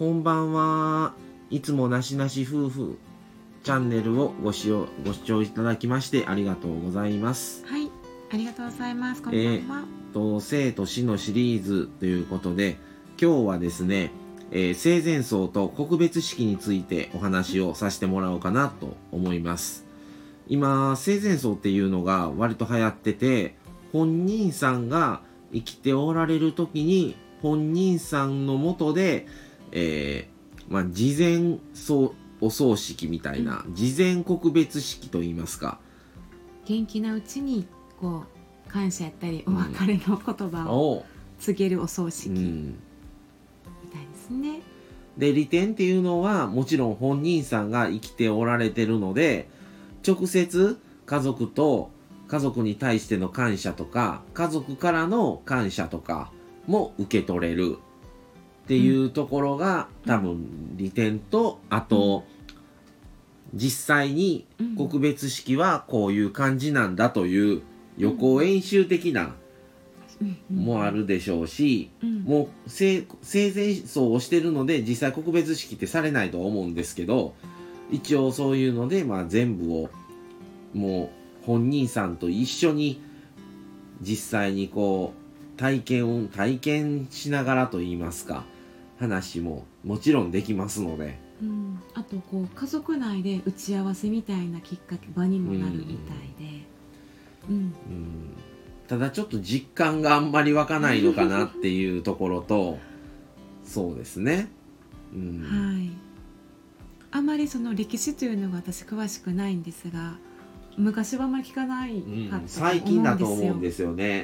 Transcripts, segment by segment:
こんばんは。いつもなしなし夫婦チャンネルをご視聴いただきましてありがとうございます。 はい、ありがとうございます。こんばんは。 生と死のシリーズということで、今日はですね、生前葬と告別式についてお話をさせてもらおうかなと思います。今、生前葬っていうのが割と流行ってて、本人さんが生きておられる時に本人さんのもとで、事前お葬式みたいな、事前告別式といいますか、 元気なうちにこう感謝やったりお別れの言葉を告げるお葬式、みたいですね。 で、利点っていうのはもちろん本人さんが生きておられてるので、直接家族に対しての感謝とか、家族からの感謝とかも受け取れるっていうところが、多分利点と、あと、実際に告別式はこういう感じなんだという予行演習的なもあるでしょうし、もう生前葬をしてるので実際告別式ってされないと思うんですけど、一応そういうので、全部をもう本人さんと一緒に実際にこう体験しながらといいますか、話ももちろんできますので、 あとこう家族内で打ち合わせみたいなきっかけ場にもなるみたいで、 ただちょっと実感があんまり湧かないのかなっていうところとそうですね、 はい。あまりその歴史というのが私詳しくないんですが、昔はあんまり聞かないかったと思うんですよ。 最近だと思うんですよね。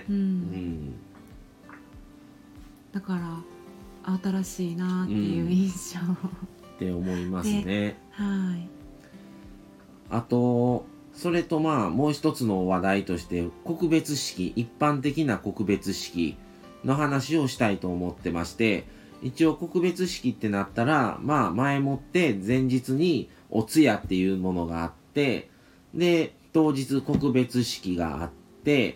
だから新しいなっていう印象、 って思いますね。 はい。 あとそれともう一つの話題として告別式、一般的な告別式の話をしたいと思ってまして、一応告別式ってなったら前もって前日にお通夜っていうものがあって、で当日告別式があって、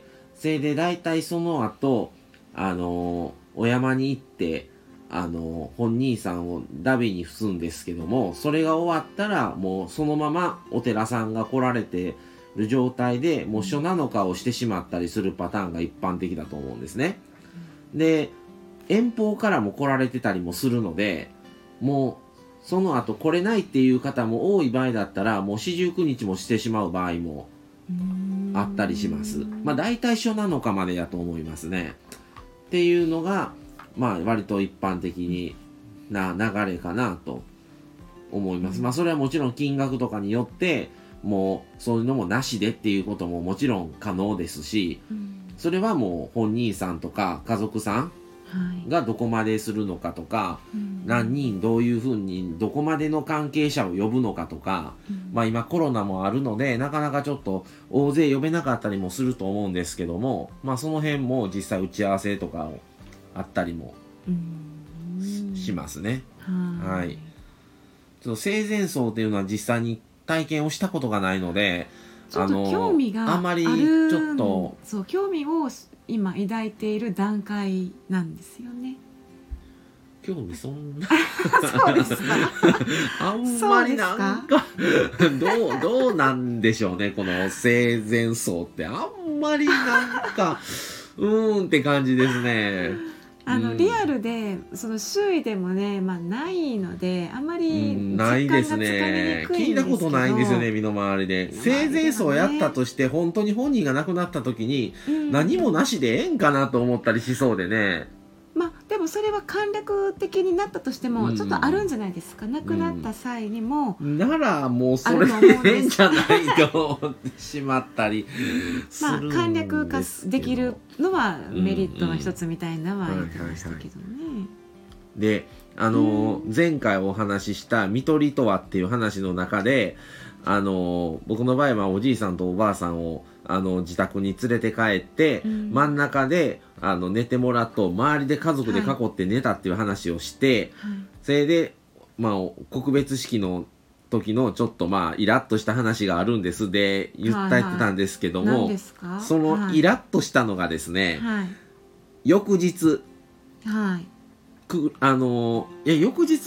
それで大体その後お山に行って本人さんをダビに付すんですけども、それが終わったらもうそのままお寺さんが来られてる状態でもう初七日をしてしまったりするパターンが一般的だと思うんですね。で遠方からも来られてたりもするので、もうその後来れないっていう方も多い場合だったらもう四十九日もしてしまう場合もあったりします。大体初七日までやと思いますね。っていうのが割と一般的な流れかなと思います。それはもちろん金額とかによってもうそういうのもなしでっていうことももちろん可能ですし、それはもう本人さんとか家族さんがどこまでするのかとか、何人どういうふうにどこまでの関係者を呼ぶのかとか、今コロナもあるのでなかなかちょっと大勢呼べなかったりもすると思うんですけども、その辺も実際打ち合わせとかをあったりもしますね。はい。ちょっと生前葬っていうのは実際に体験をしたことがないので、 ちょっと興味があんまりちょっと興味を今抱いている段階なんですよね。 興味そんなそうですかあんまりなんかどうなんでしょうね、この生前葬ってあんまりなんかって感じですね。 リアルでその周囲でもね、ないのであまり実ないです感がつかみにね。 くいんですけど、 聞いたことないんですよね、身の回りで。生前葬やったとして本当に本人が亡くなった時に何もなしでええんかなと思ったりしそうでね。 でもそれは簡略的になったとしてもちょっとあるんじゃないですか。亡くなった際にもならもうそれでええんじゃないと思ってしまったりするんですけど、 簡略化できるのはメリットの一つみたいなのは言ってましたけどね。 で前回お話しした看取りとはっていう話の中で僕の場合はおじいさんとおばあさんを自宅に連れて帰って、真ん中で寝てもらうと周りで家族で囲って寝たっていう話をして、それで告別式の時のちょっとイラッとした話があるんですで言ってたんですけども、そのイラッとしたのがですね、翌日、翌日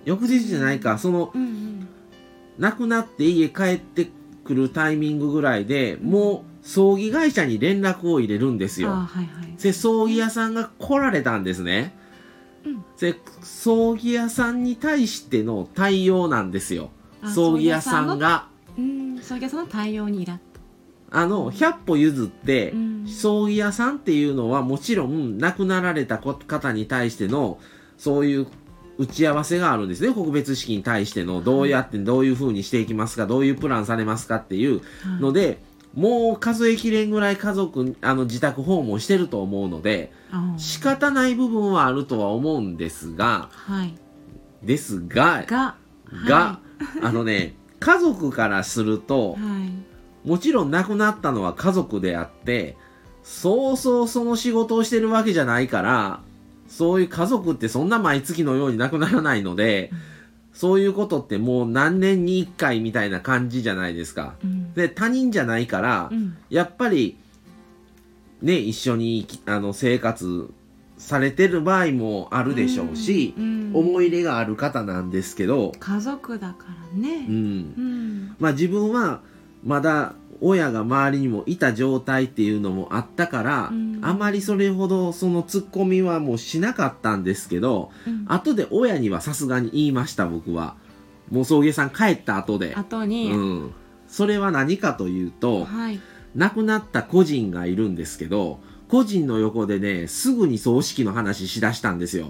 翌日じゃないか、亡くなって家帰ってくるタイミングぐらいで、もう葬儀会社に連絡を入れるんですよ。で葬儀屋さんが来られたんですね。で葬儀屋さんに対しての対応なんですよ。葬儀屋さんが葬儀屋さんの対応にイラッと 100歩譲って、葬儀屋さんっていうのはもちろん亡くなられた方に対してのそういう打ち合わせがあるんですね。告別式に対してのどうやってどういう風にしていきますか、どういうプランされますかっていうので、もう数えきれんぐらい家族自宅訪問してると思うので、仕方ない部分はあるとは思うんですが、家族からすると、もちろん亡くなったのは家族であって、そうそうその仕事をしてるわけじゃないから、そういう家族ってそんな毎月のように亡くならないので、そういうことってもう何年に1回みたいな感じじゃないですか。で、他人じゃないから、やっぱりね、一緒に生活されてる場合もあるでしょうし、思い入れがある方なんですけど、 家族だからね。 まあ自分はまだ親が周りにもいた状態っていうのもあったから、あまりそれほどそのツッコミはもうしなかったんですけど、後で親にはさすがに言いました。僕はもう葬儀屋さん帰った後に、それは何かというと、亡くなった個人がいるんですけど、個人の横でね、すぐに葬式の話しだしたんですよ。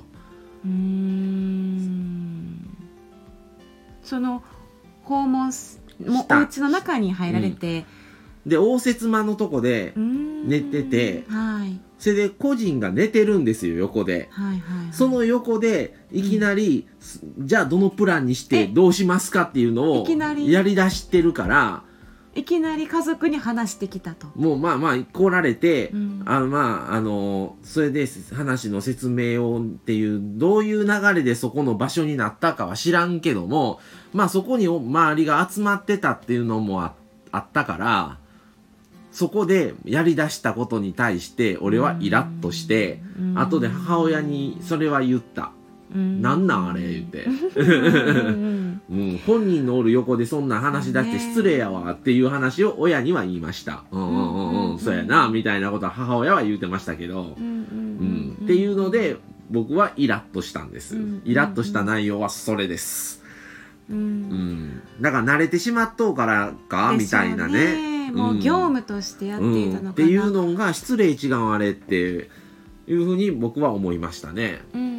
その訪問もうお家の中に入られて、 で応接間のとこで寝てて、それで個人が寝てるんですよ、横で。その横でいきなり、じゃあどのプランにしてどうしますかっていうのをやりだしてるから、 いきなり家族に話してきたと。 もう来られて、それで話の説明をっていう、どういう流れでそこの場所になったかは知らんけども、そこに周りが集まってたっていうのもあったから、そこでやりだしたことに対して俺はイラッとして、後で母親にそれは言った。なんなんあれ言って、本人のおる横でそんな話だって失礼やわっていう話を親には言いました。そうやなみたいなことは母親は言うてましたけど、っていうので僕はイラッとしたんです。イラッとした内容はそれです。だから慣れてしまっとうからかみたいなね。 もう業務としてやっていたのかな、 っていうのが失礼違うあれっていうふうに僕は思いましたね。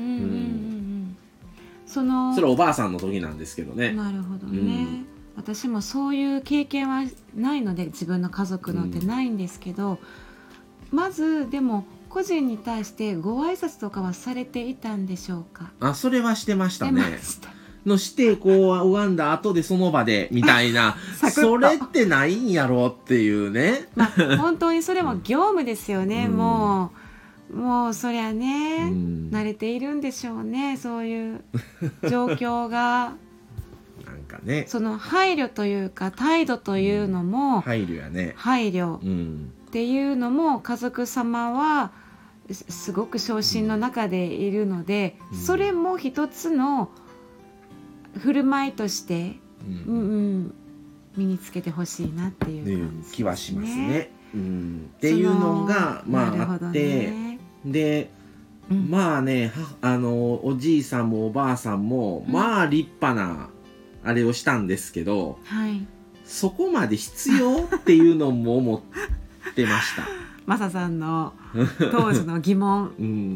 それおばあさんの時なんですけどね。 なるほどね、私もそういう経験はないので自分の家族のってないんですけど、まずでも個人に対してご挨拶とかはされていたんでしょうか？ それはしてましたね。してこう拝んだ後でその場でみたいなそれってないんやろっていうね。 本当にそれも業務ですよね。もうそりゃね、慣れているんでしょうね、そういう状況が。 なんかね、 その配慮というか態度というのも、 配慮やね。 配慮っていうのも家族様はすごく昇進の中でいるので、それも一つの振る舞いとして、身につけてほしいなっていう感じ、 気はしますね。っていうのがあって、でおじいさんもおばあさんも立派なあれをしたんですけど、そこまで必要っていうのも思ってました。 マサさんの当時の疑問。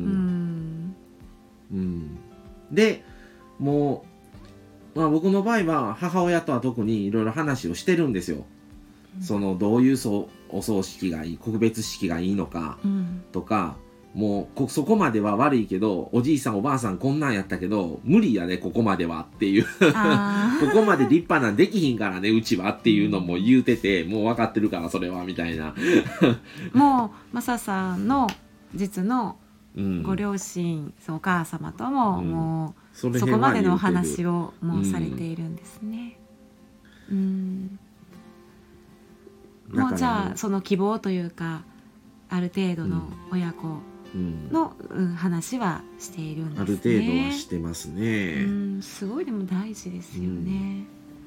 でもう、僕の場合は母親とは特にいろいろ話をしてるんですよ。どういうお葬式がいい、告別式がいいのかとか、もうそこまでは悪いけど、おじいさんおばあさんこんなんやったけど無理やねここまではっていうここまで立派なんできひんからねうちはっていうのも言うてて、もう分かってるからそれはみたいなもうマサさんの実のご両親、お母様とももうそこまでのお話をもうされているんですね。もうじゃあその希望というか、ある程度の親子の、話はしているんですね。 ある程度はしてますね。 すごいでも大事ですよね。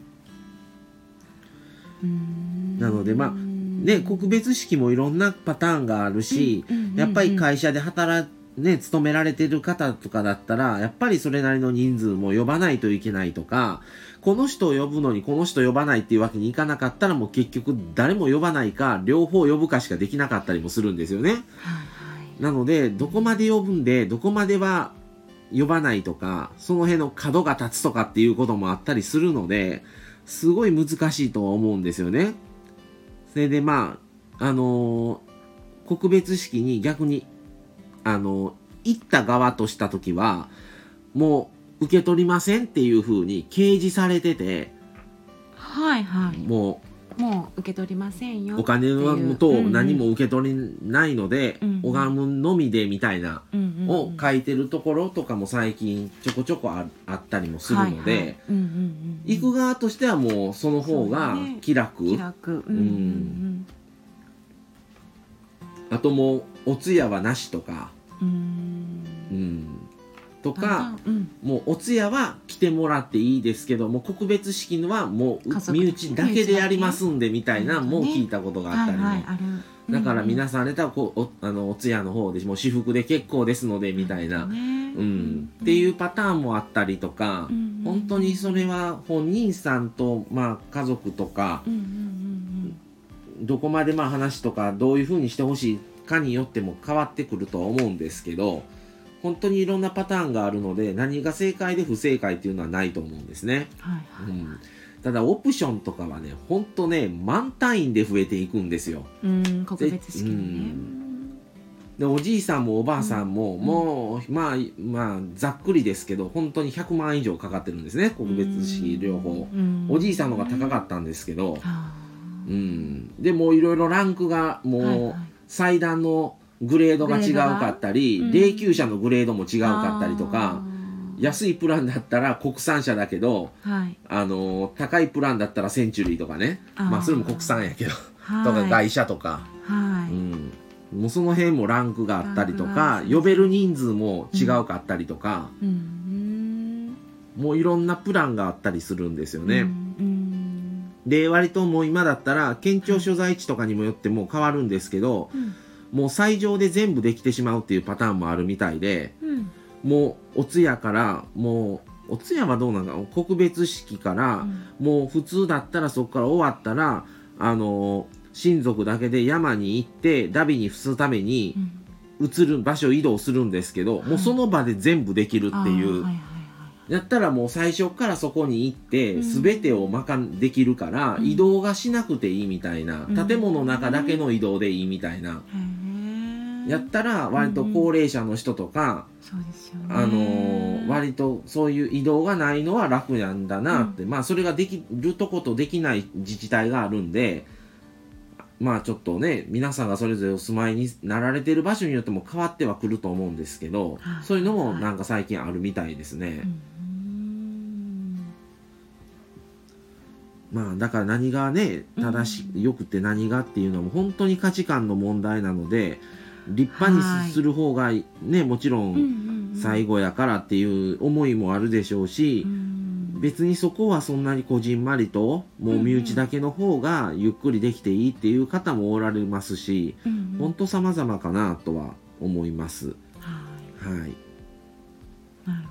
なので告別式もいろんなパターンがあるし、やっぱり会社で勤められてる方とかだったら、やっぱりそれなりの人数も呼ばないといけないとか、この人を呼ぶのにこの人呼ばないっていうわけにいかなかったら、もう結局誰も呼ばないか両方呼ぶかしかできなかったりもするんですよね。なのでどこまで呼ぶんでどこまでは呼ばないとか、その辺の角が立つとかっていうこともあったりするので、すごい難しいとは思うんですよね。それで告別式に逆に行った側としたときはもう受け取りませんっていう風に掲示されてて、もう受け取りませんよ、 お金と何も受け取りないので、拝むのみでみたいなを書いてるところとかも最近ちょこちょこあったりもするので、行く側としてはもうその方が気楽。あともうお通夜はなしとか、もうお通夜は来てもらっていいですけども、告別式のはもう身内だけでやりますんでみたいなもう聞いたことがあったりね。だから皆さんあれだお通夜の方でもう私服で結構ですのでみたいな、っていうパターンもあったりとか、本当にそれは本人さんと家族とか、どこまで話とかどういうふうにしてほしいかによっても変わってくるとは思うんですけど、本当にいろんなパターンがあるので何が正解で不正解っていうのはないと思うんですね。ただオプションとかはね、本当ね満単位で増えていくんですよ。 告別式ね。 でおじいさんもおばあさんも、もうざっくりですけど本当に100万以上かかってるんですね、告別式両方。おじいさんの方が高かったんですけど、でもういろいろランクがもう祭壇のグレードが違うかったり、霊柩車のグレードも違うかったりとか、安いプランだったら国産車だけど、高いプランだったらセンチュリーとかね、それも国産やけどとか外車とか、もうその辺もランクがあったりとか、呼べる人数も違うかったりとか、もういろんなプランがあったりするんですよね。で割ともう今だったら県庁所在地とかにもよっても変わるんですけど、もう斎場で全部できてしまうっていうパターンもあるみたいで、もうお通夜からもうお通夜はどうなんだろう、告別式から、もう普通だったらそこから終わったら親族だけで山に行ってダビに伏すために移る場所移動するんですけど、もうその場で全部できるっていう。やったらもう最初からそこに行って全てをできるから移動がしなくていいみたいな、建物の中だけの移動でいいみたいな、やったら割と高齢者の人とか、割とそういう移動がないのは楽なんだなって、それができるとことできない自治体があるんで、ちょっとね皆さんがそれぞれお住まいになられてる場所によっても変わってはくると思うんですけど、そういうのもなんか最近あるみたいですね。だから何がね正しよくて何がっていうのも本当に価値観の問題なので、立派にする方がねもちろん最後やからっていう思いもあるでしょうし、別にそこはそんなにこじんまりともう身内だけの方がゆっくりできていいっていう方もおられますし、本当様々かなとは思います。はい。なるほど。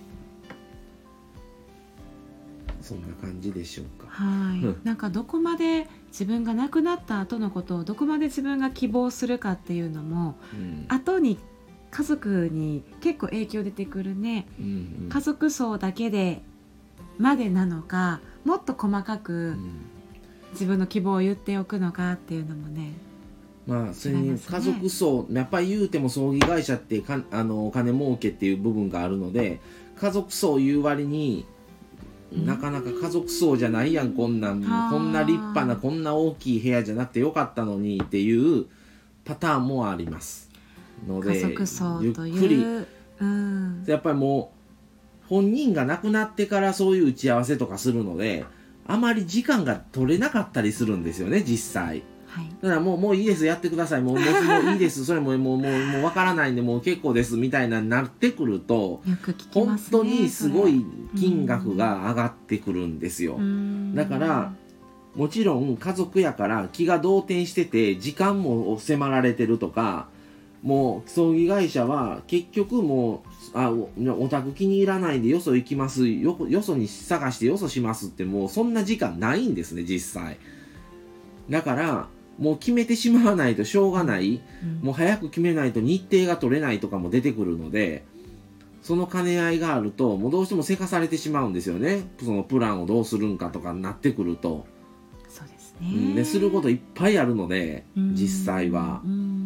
そんな感じでしょうか。 なんかどこまで自分が亡くなった後のことをどこまで自分が希望するかっていうのも、後に家族に結構影響出てくるね。家族葬だけでまでなのか、もっと細かく自分の希望を言っておくのかっていうのもね。 それに家族葬、やっぱり言うても葬儀会社ってお金儲けっていう部分があるので、家族葬言う割になかなか家族葬じゃないやん、こんな立派なこんな大きい部屋じゃなくてよかったのにっていうパターンもありますので、 家族葬ゆっくり、やっぱりもう本人が亡くなってからそういう打ち合わせとかするので、あまり時間が取れなかったりするんですよね、実際。 はい、 だからもういいです、やってください、もういいです、それもう分からないんでもう結構ですみたいなになってくると、 よく聞きますね、 本当にすごい金額が上がってくるんですよ。だからもちろん家族やから気が動転してて時間も迫られてるとか、もう葬儀会社は結局もうお宅気に入らないんでよそ行きます、よそに探してよそしますって、もうそんな時間ないんですね実際。だからもう決めてしまわないとしょうがない、もう早く決めないと日程が取れないとかも出てくるので、その兼ね合いがあるともうどうしてもせかされてしまうんですよね。そのプランをどうするんかとかになってくると。 そうですね、 ですることいっぱいあるので、実際は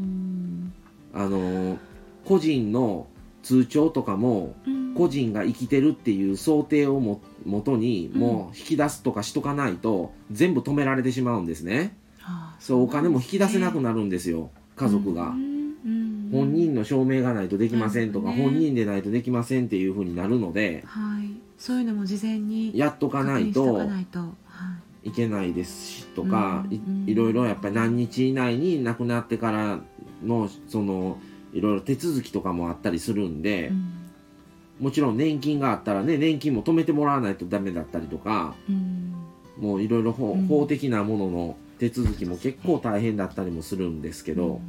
個人の通帳とかも個人が生きてるっていう想定をもとにもう引き出すとかしとかないと全部止められてしまうんですね。そうお金も引き出せなくなるんですよ、家族が。本人の証明がないとできませんとか、本人でないとできませんっていう風になるので、 そういうのも事前にやっとかないといけないですしとか、いろいろやっぱり何日以内に亡くなってからのそのいろいろ手続きとかもあったりするんで、もちろん年金があったらね、年金も止めてもらわないとダメだったりとか、もういろいろ法的なものの手続きも結構大変だったりもするんですけど、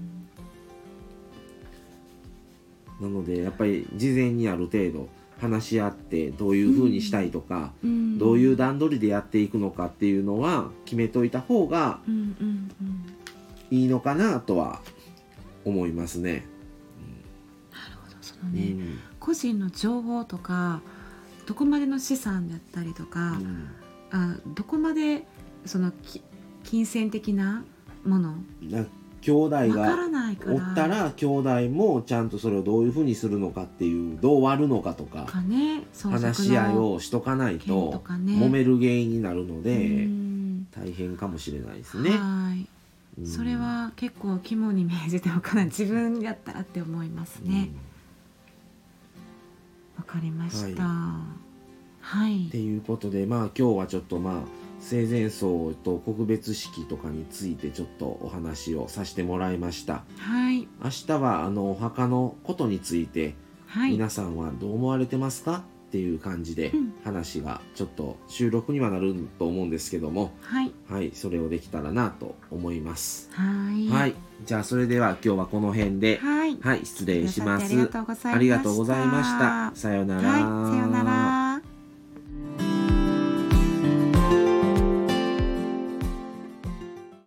なのでやっぱり事前にある程度話し合ってどういう風にしたいとか、どういう段取りでやっていくのかっていうのは決めといた方がいいのかなとは思いますね。 なるほど、そのね、個人の情報とかどこまでの資産だったりとか、どこまでその金銭的なもの、 兄弟がおったら兄弟もちゃんとそれをどういうふうにするのかっていう、どう割るのかとか話し合いをしとかないと揉める原因になるので大変かもしれないですね。 それは結構肝に銘じておかない、自分やったらって思いますね。わかりました。 っていうことで、今日はちょっと生前葬と告別式とかについてちょっとお話をさせてもらいました。明日はお墓のことについて、皆さんはどう思われてますかっていう感じで話がちょっと収録にはなると思うんですけども、それをできたらなと思います。じゃあそれでは今日はこの辺で、失礼します。ありがとうございました。さようなら。 さようなら。